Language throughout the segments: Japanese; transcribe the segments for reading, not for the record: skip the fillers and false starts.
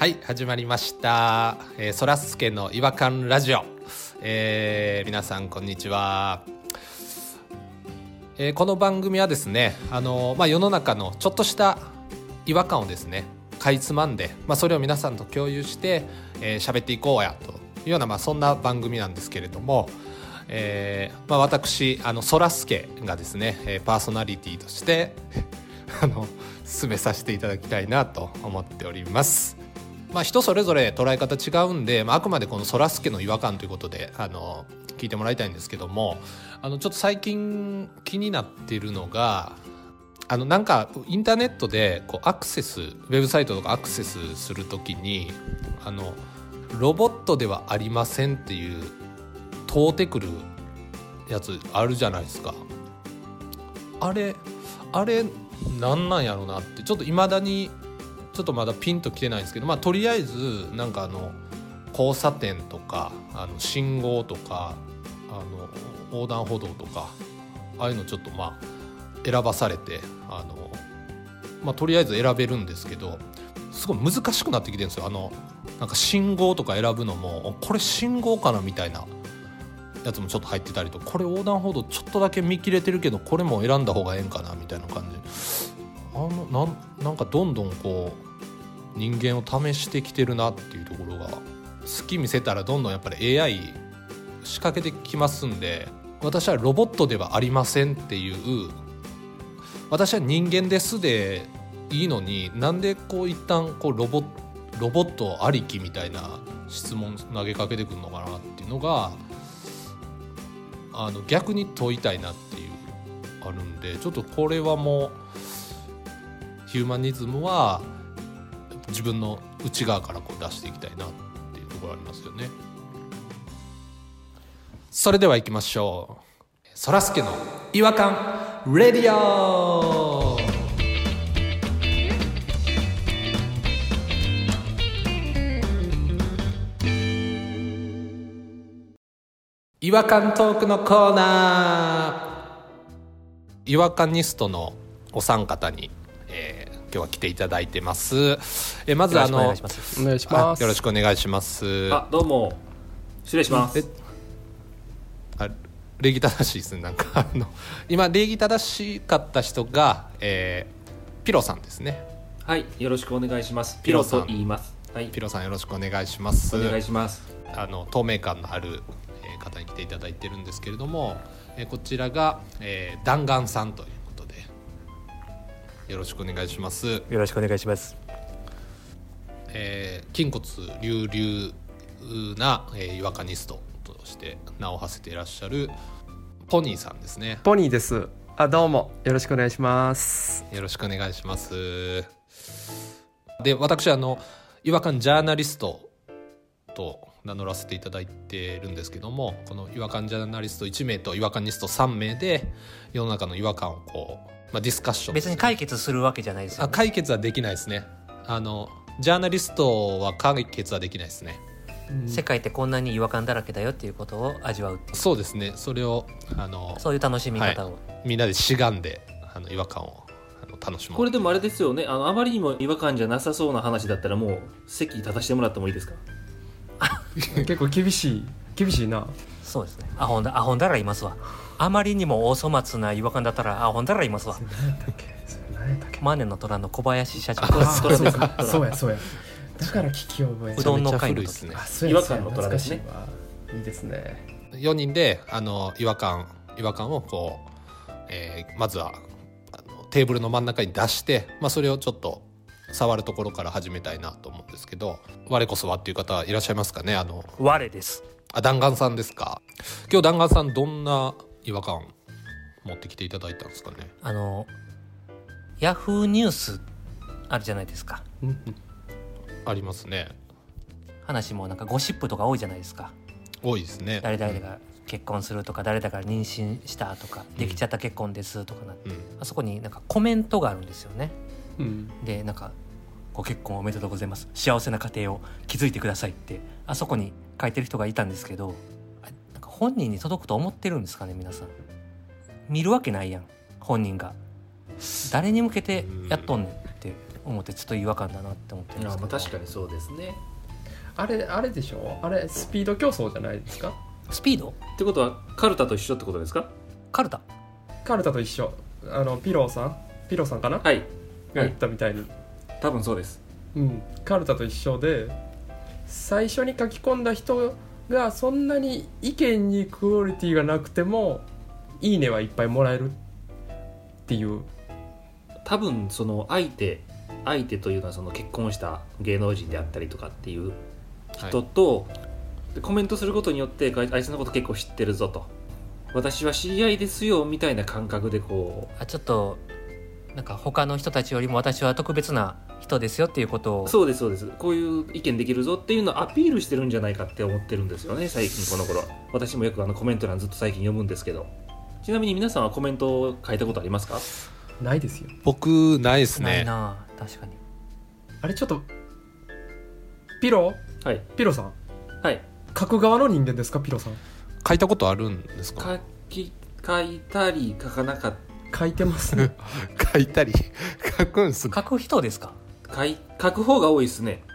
はい、始まりました、そらすけの違和感ラジオ、皆さんこんにちは。この番組はですね、世の中のちょっとした違和感をですねかいつまんで、それを皆さんと共有して喋っていこうやというような、そんな番組なんですけれども、私そらすけがですねパーソナリティとして進めさせていただきたいなと思っております。人それぞれ捉え方違うんで、あくまでこのそらすけの違和感ということで聞いてもらいたいんですけども、ちょっと最近気になっているのがなんかインターネットでこうアクセスウェブサイトとかアクセスするときにロボットではありませんっていう通ってくるやつあるじゃないですか。あれなんなんやろなってちょっと未だにちょっとまだピンときてないんですけど、とりあえずなんか交差点とか信号とか横断歩道とかああいうのちょっと選ばされてとりあえず選べるんですけど、すごい難しくなってきてるんですよ。なんか信号とか選ぶのもこれ信号かなみたいなやつもちょっと入ってたりと、これ横断歩道ちょっとだけ見切れてるけどこれも選んだ方がええんかなみたいな感じ、なんかどんどんこう人間を試してきてるなっていうところが、好き見せたらどんどんやっぱり AI 仕掛けてきますんで、私はロボットではありませんっていう、私は人間ですでいいのに、なんでこう一旦こうロボットありきみたいな質問投げかけてくるのかなっていうのが逆に問いたいなっていうあるんで、ちょっとこれはもうヒューマニズムは自分の内側からこう出していきたいなっていうところありますよね。それでは行きましょう。そらすけの違和感レディオ。違和感トークのコーナー。違和感ニストのお三方に今日は来ていただいてます。まずよろしくお願いします。 お願いします。よろしくお願いします。 どうも失礼します。 礼儀正しいですね。なんか今礼儀正しかった人が、ピロさんですね。 はい、よろしくお願いします。ピロと言います。はい、 ピロさんよろしくお願いします。 お願いします。 透明感のある、方に来ていただいてるんですけれども、こちらが、弾丸さんということでよろしくお願いします。 よろしくお願いします。 筋骨隆々な、違和感ニストとして名を馳せていらっしゃるポニーさんですね。 ポニーです。どうもよろしくお願いします。 よろしくお願いします。で、私違和感ジャーナリストと名乗らせていただいてるんですけども、この違和感ジャーナリスト1名と違和感ニスト3名で世の中の違和感をこう、ディスカッション、 別に解決するわけじゃないですよね。 解決はできないですね。ジャーナリストは解決はできないですね。 世界ってこんなに違和感だらけだよっていうことを味わうっていう。 そうですね。それをそういう楽しみ方を、 みんなでしがんで違和感を楽しもう。 これでもあれですよね、あまりにも違和感じゃなさそうな話だったらもう席立たせてもらってもいいですか？ 結構厳しいな。 そうですね。アホンだらいますわ。あまりにもお粗末な違和感だったらアホンだらいますわ。 何だっけマネの虎の小林社長。 そうやだから聞き覚え。 うどんの会の時ですね。 違和感の虎ですね。 いいですね。 4人で違和感をこう、まずはテーブルの真ん中に出して、それをちょっと触るところから始めたいなと思うんですけど、我こそはっていう方いらっしゃいますかね。 我です。 弾丸さんですか。今日弾丸さんどんな違和感持ってきていただいたんですかね。 ヤフーニュースあるじゃないですか。 ありますね。 話もなんかゴシップとか多いじゃないですか。 多いですね。 誰々が結婚するとか、誰々が妊娠したとか、できちゃった結婚ですとかなって、あそこになんかコメントがあるんですよね。でなんかご結婚おめでとうございます、幸せな家庭を築いてくださいってあそこに書いてる人がいたんですけど、なんか本人に届くと思ってるんですかね。皆さん見るわけないやん。本人が誰に向けてやっとんねんって思ってちょっと違和感だなって思ってるんですけど。 確かにそうですね。 あれでしょ、あれスピード競争じゃないですか。 スピードってことはカルタと一緒ってことですか？ カルタと一緒。ピローさんかな、 はいが言ったみたいに、 多分そうです。 カルタと一緒で、最初に書き込んだ人がそんなに意見にクオリティがなくてもいいねはいっぱいもらえるっていう。 多分その相手というのはその結婚した芸能人であったりとかっていう人と、でコメントすることによってあいつのこと結構知ってるぞと、私は知り合いですよみたいな感覚でこう、 ちょっとなんか他の人たちよりも私は特別な人ですよっていうことを。 そうですそうです、こういう意見できるぞっていうのをアピールしてるんじゃないかって思ってるんですよね、最近この頃。私もよくコメント欄ずっと最近読むんですけど。ちなみに皆さんはコメントを書いたことありますか？ ないですよ。 僕ないですね。 ないな、確かに。 あれちょっとピロさん、 はい、 書く側の人間ですか？ピロさん書いたことあるんですか？ 書いたり書かなかった。 書いてますね書いたり書くんすね。 書く人ですか？ 書く方が多いですね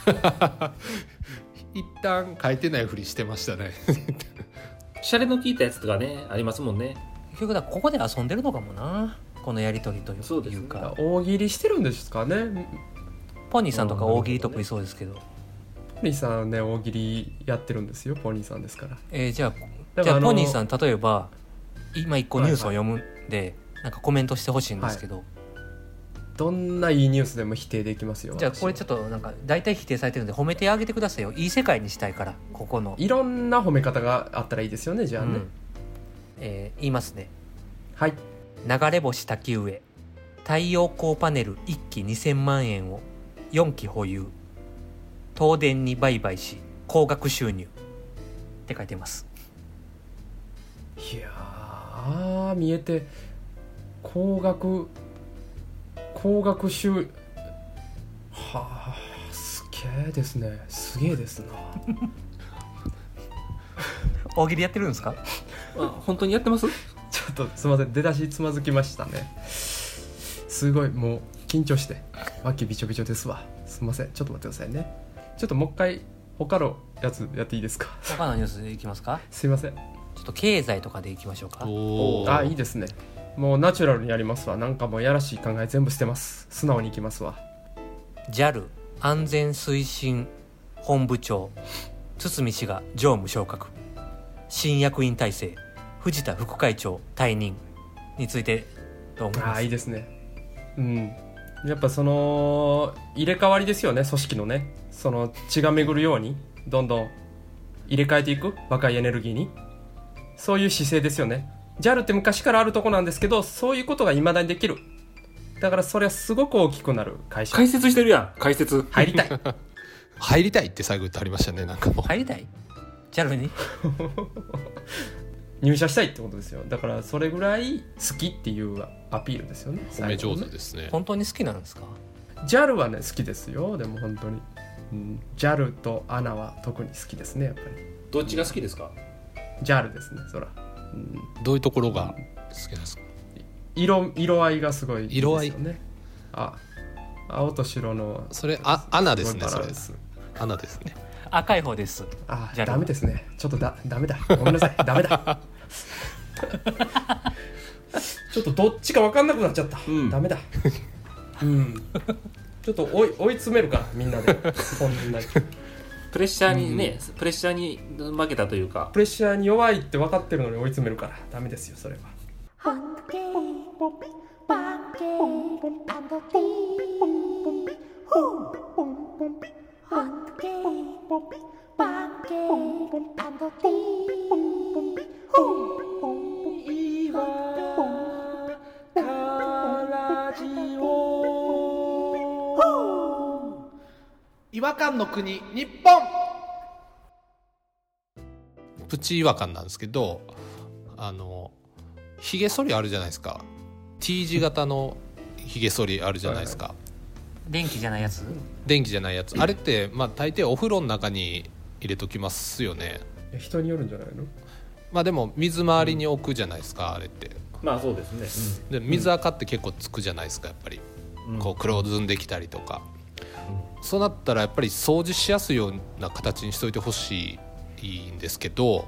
一旦書いてないふりしてましたねシャレの効いたやつとかねありますもんね。 結局だここで遊んでるのかもな、このやり取りというか。 そうですね、 大喜利してるんですかね。 ポニーさんとか大喜利得意そうですけど。 ポニーさんね、大喜利やってるんですよ。ポニーさんですから。 じゃあポニーさん、例えば今一個ニュースを読むんで、なんかコメントしてほしいんですけど、 どんないいニュースでも否定できますよ。 じゃあこれちょっとなんか大体否定されてるんで褒めてあげてくださいよ。いい世界にしたいから。ここのいろんな褒め方があったらいいですよね。じゃあね、 言いますね。 はい。 流れ星滝上、太陽光パネル1機2000万円を4機保有、東電に売買し高額収入って書いてます。 いやー、見えて高額収入、はあ、すげえですね。すげえですな大喜利やってるんですか？ 本当にやってます？ ちょっとすいません、出だしつまずきましたね。すごいもう緊張して脇びちょびちょですわ。すいません、ちょっと待ってくださいね。ちょっともう一回他のやつやっていいですか？ 他のニュースでいきますか？ すいません、 ちょっと経済とかでいきましょうか。 あ、いいですね。もうナチュラルにやりますわ。なんかもうやらしい考え全部捨てます。素直にいきますわ。 JAL 安全推進本部長堤氏が常務昇格、新役員体制藤田副会長退任についてどう思います？ いいですね。やっぱその入れ替わりですよね。組織のね、その血が巡るようにどんどん入れ替えていく若いエネルギーに、そういう姿勢ですよね。 JAL って昔からあるとこなんですけど、そういうことが未だにできる。だからそれはすごく大きくなる会社。 解説してるやん。解説入りたい入りたいって最後言ってありましたね。なんかもう入りたい JAL に入社したいってことですよ。だからそれぐらい好きっていうアピールですよね。 褒め上手ですね。 本当に好きなんですか？ JAL はね好きですよ。でも本当に、JAL とANAは特に好きですね。やっぱりどっちが好きですか？ JAL ですね。そら、 どういうところが好きですか？ 色合いがすごいですよね。 色合い、 青と白のそれANAですね。それバランス ANAですね。 赤い方です。 ダメですね。ちょっとダメだ。ごめんなさい。ダメだちょっとどっちか分かんなくなっちゃった。ダメだ。ちょっと追い詰めるからみんなで。こんなプレッシャーにね、プレッシャーに負けたというか、 プレッシャーに弱いって分かってるのに追い詰めるからダメですよ。それは違和感の国日本。プチ違和感なんですけど、ひげ剃りあるじゃないですか。 T 字型のひげ剃りあるじゃないですか。 電気じゃないやつ？ 電気じゃないやつ。あれって大抵お風呂の中に入れときますよね。 人によるんじゃないの？ でも水回りに置くじゃないですか、あれって。 まあそうですね、 で水垢って結構つくじゃないですか、やっぱり。 こう黒ずんできたりとか、そうなったらやっぱり掃除しやすいような形にしといてほしいんですけど、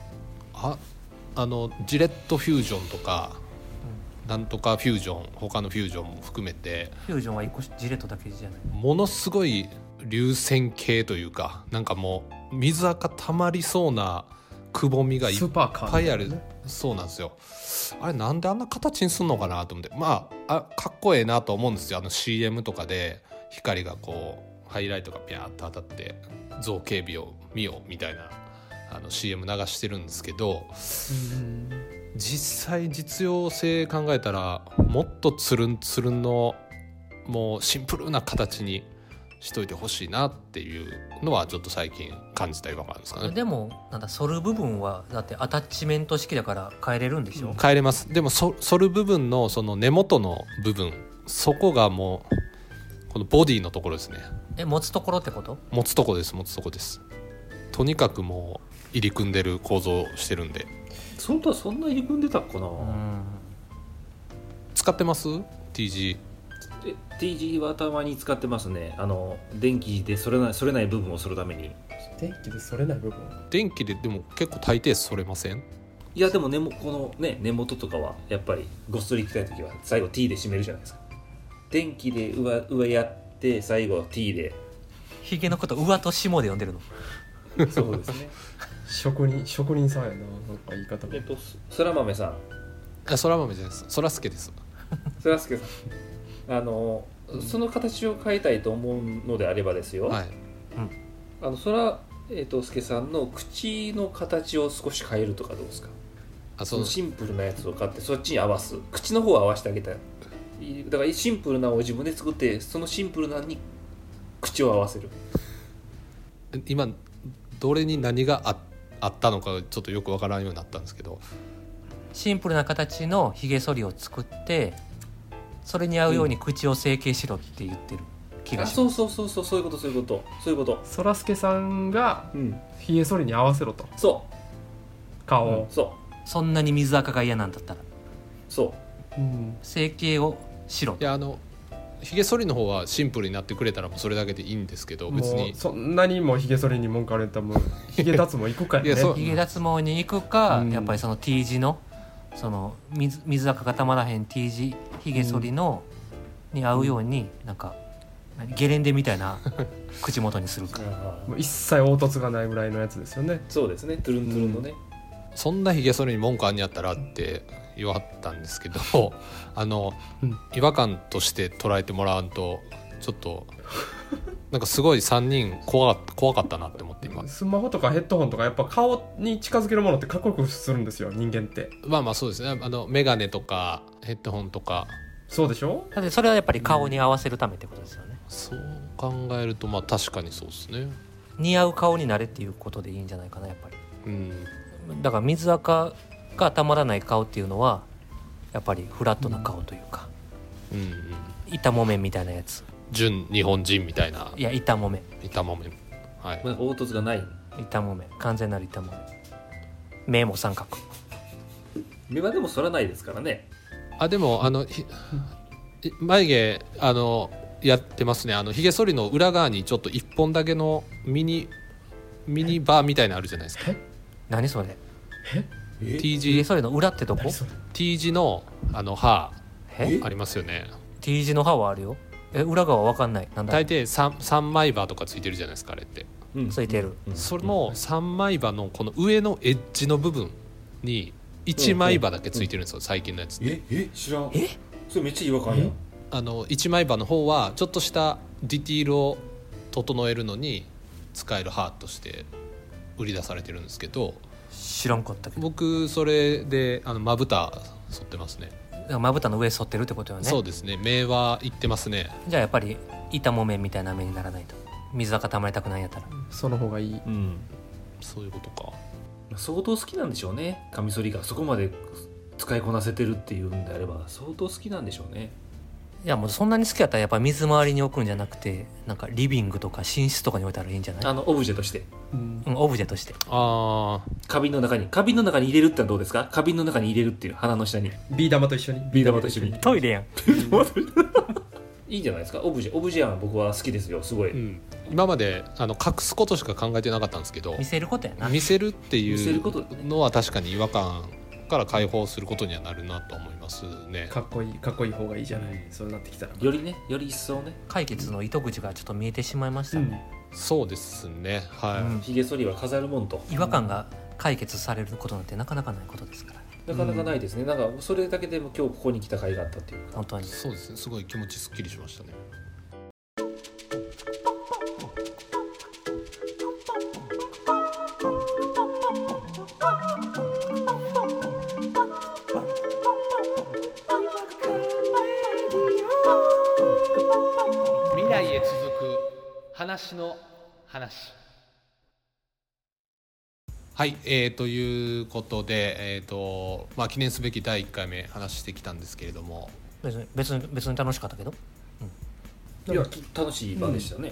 ジレットフュージョンとか、なんとかフュージョン、他のフュージョンも含めて、 フュージョンは1個ジレットだけじゃない、 ものすごい流線形というか、なんかもう水垢たまりそうなくぼみがいっぱいある、そうなんですよ。あれなんであんな形にすんのかなと思って、かっこええなと思うんですよ。CM とかで光がこうハイライトがピャーッと当たって造形美を見よみたいなCM 流してるんですけど、実際実用性考えたらもっとつるんつるんのもうシンプルな形にしといてほしいなっていうのはちょっと最近感じた違和感ですかね。 でもなんだ反る部分はだってアタッチメント式だから変えれるんでしょ。 変えれます。でも反る部分のその根元の部分、そこがもうこのボディのところですね。 持つところってこと？ 持つとこです。とにかくもう入り組んでる構造してるんで。 そんな入り組んでたっかな。 使ってます TG？ TG はたまに使ってますね。電気で反れない部分を反るために。 電気で反れない部分、 電気ででも結構大抵反れません？ いやでもこのね根元とかはやっぱりごっそりいきたいときは最後 T で締めるじゃないですか。電気で上やって最後 T で。 ヒゲのこと上と下で呼んでるの？ そうですね。 職人さんやな、なんか言い方も。 そら豆さん。 そら豆じゃないです。そらすけです。 そらすけさん。その形を変えたいと思うのであればですよ。はい。そらすけさんの口の形を少し変えるとかどうですか？そのシンプルなやつを買ってそっちに合わす。口の方を合わせてあげたい。だからシンプルなを自分で作ってそのシンプルなに口を合わせる。 今どれに何があったのかちょっとよくわからんようになったんですけど、 シンプルな形のひげ剃りを作ってそれに合うように口を成形しろって言ってる気がします。 そういうことそらすけさんがひげ剃りに合わせろと。 そう顔を、 そんなに水垢が嫌なんだったらそう、 成形をしろ。 いやひげ剃りの方はシンプルになってくれたらもうそれだけでいいんですけど、別にそんなにもひげ剃りに文句あれたらもうひげ脱毛行くかね。 ひげ脱毛に行くか、やっぱりその T 字のその水垢がたまらへん T 字ひげ剃りのに合うようになんかゲレンデみたいな口元にするか。 もう一切凹凸がないぐらいのやつですよね。 そうですね、トゥルントゥルンのね。 そんなひげ剃りに文句あんにやったらって言わはったんですけど違和感として捉えてもらわんとちょっとなんかすごい3人怖かったなって思って今。 スマホとかヘッドホンとかやっぱ顔に近づけるものってかっこよくするんですよ、人間って。 そうですね。メガネとかヘッドホンとか。 そうでしょ。 だってそれはやっぱり顔に合わせるためってことですよね。 そう考えると確かにそうですね。 似合う顔になれっていうことでいいんじゃないかなやっぱり。だから水垢がたまらない顔っていうのはやっぱりフラットな顔というか、板もめみたいなやつ、 純日本人みたいな。 いや板もめ、 はい、 凹凸がない板もめ、完全なる板もめ。目も三角。 目はでも反らないですからね。 でも眉毛やってますね。ひげ剃りの裏側にちょっと1本だけのミニバーみたいなのあるじゃないですか。 何それ ？T 字。 ひげ剃りの裏ってとこ？ T 字の歯ありますよね。 T 字の歯はあるよ。裏側わかんない。なんだ。 大抵 3枚刃とかついてるじゃないですか、あれって。 ついてる。 その3枚刃のこの上のエッジの部分に1枚刃だけついてるんですよ、最近のやつって。 知らん。それめっちゃ違和感や。 1枚刃の方はちょっとしたディティールを整えるのに使える歯として売り出されてるんですけど、 知らんかったけど僕それでまぶた剃ってますね。 まぶたの上剃ってるってことよね。 そうですね。目はいってますね。 じゃあやっぱり板もめみたいな目にならないと、水垢たまりたくないんやったらその方がいい。 そういうことか。 相当好きなんでしょうね、カミソリがそこまで使いこなせてるっていうんであれば相当好きなんでしょうね。 いやもうそんなに好きやったらやっぱ水回りに置くんじゃなくて、なんかリビングとか寝室とかに置いたらいいんじゃない？ オブジェとして、 オブジェとして。 花瓶の中に入れるってのはどうですか？花瓶の中に入れるっていう、鼻の下にビー玉と一緒に。 トイレやん。 いいんじゃないですか。オブジェは僕は好きですよ、すごい、 今まで隠すことしか考えてなかったんですけど、 見せることやな。 見せるってい見せるこうとのは確かに違和感から解放することにはなるなと思いますね。 かっこいい方がいいじゃない、そうなってきたらより一層ね、 解決の糸口がちょっと見えてしまいましたね、 そうですね、はい、 ひげ剃りは飾るもんと、 違和感が解決されることなんてなかなかないことですから、 なかなかないですね。なんかそれだけでも今日ここに来た甲斐があったっていうか、 本当にそうですね、すごい気持ちすっきりしましたね。未来へ続く話の話。はい、ということで、記念すべき第1回目話してきたんですけれども、 別に楽しかったけど、 いや楽しい場でしたね。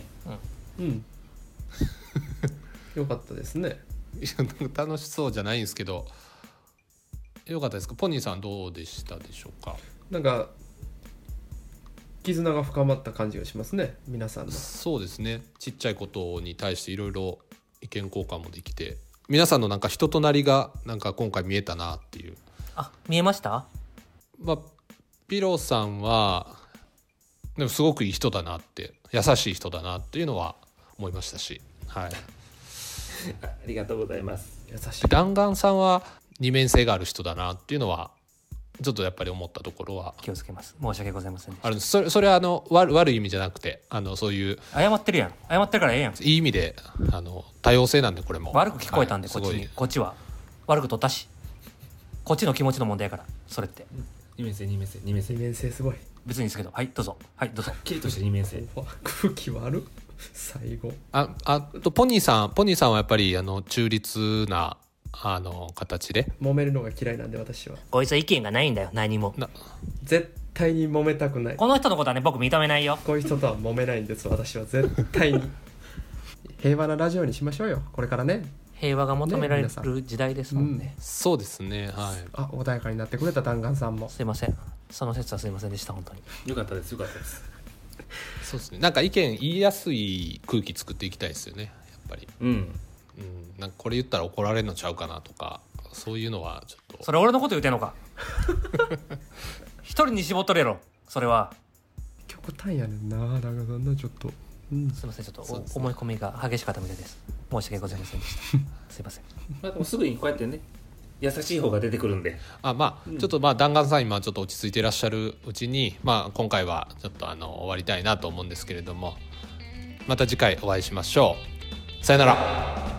よかったですね。 いや楽しそうじゃないんですけど、よかったですか。ポニーさんどうでしたでしょうか。 なんか絆が深まった感じがしますね、皆さんの。 そうですね、ちっちゃいことに対していろいろ意見交換もできて、皆さんのなんか人となりがなんか今回見えたなっていう。 あ、見えました。 ピロさんはでもすごくいい人だなって、優しい人だなっていうのは思いましたし、はいありがとうございます。 優しい。 弾丸さんは二面性がある人だなっていうのはちょっとやっぱり思ったところは気をつけます。申し訳ございませんでした。 あるんです。それは悪い意味じゃなくて、そういう謝ってるやん。謝ってるからええやん。 いい意味で多様性なんで、これも悪く聞こえたんで、 はい、 こっちは悪く取ったし、こっちの気持ちの問題やから、それって二面性二面性すごい。 別にいいですけど、はいどうぞ。 キリとして二面性。 空気悪っ最後。 あとポニーさんはやっぱり中立な形で揉めるのが嫌いなんで、私はこいつは意見がないんだよ、何も。 絶対に揉めたくない。 この人のことはね、僕認めないよ。 こういう人とは揉めないんです、私は絶対に。平和なラジオにしましょうよ、これからね。 平和が求められる時代ですもんね。 そうですね、はい。 穏やかになってくれた弾丸さんも。 すいません、その説はすいませんでした。本当によかったです。 そうですね、なんか意見言いやすい空気作っていきたいですよね、やっぱり。なんかこれ言ったら怒られるのちゃうかなとか、そういうのはちょっと。 それ俺のこと言うてんのか。一人に絞っとれろ、それは。 極端やねんな、弾丸さんな、ちょっと。 すいません、ちょっと思い込みが激しかったみたいです。申し訳ございませんでした。すいません。 でもすぐにこうやってね、優しい方が出てくるんで、 ちょっと弾丸さん今ちょっと落ち着いていらっしゃるうちに、今回はちょっと終わりたいなと思うんですけれども、また次回お会いしましょう。さよなら。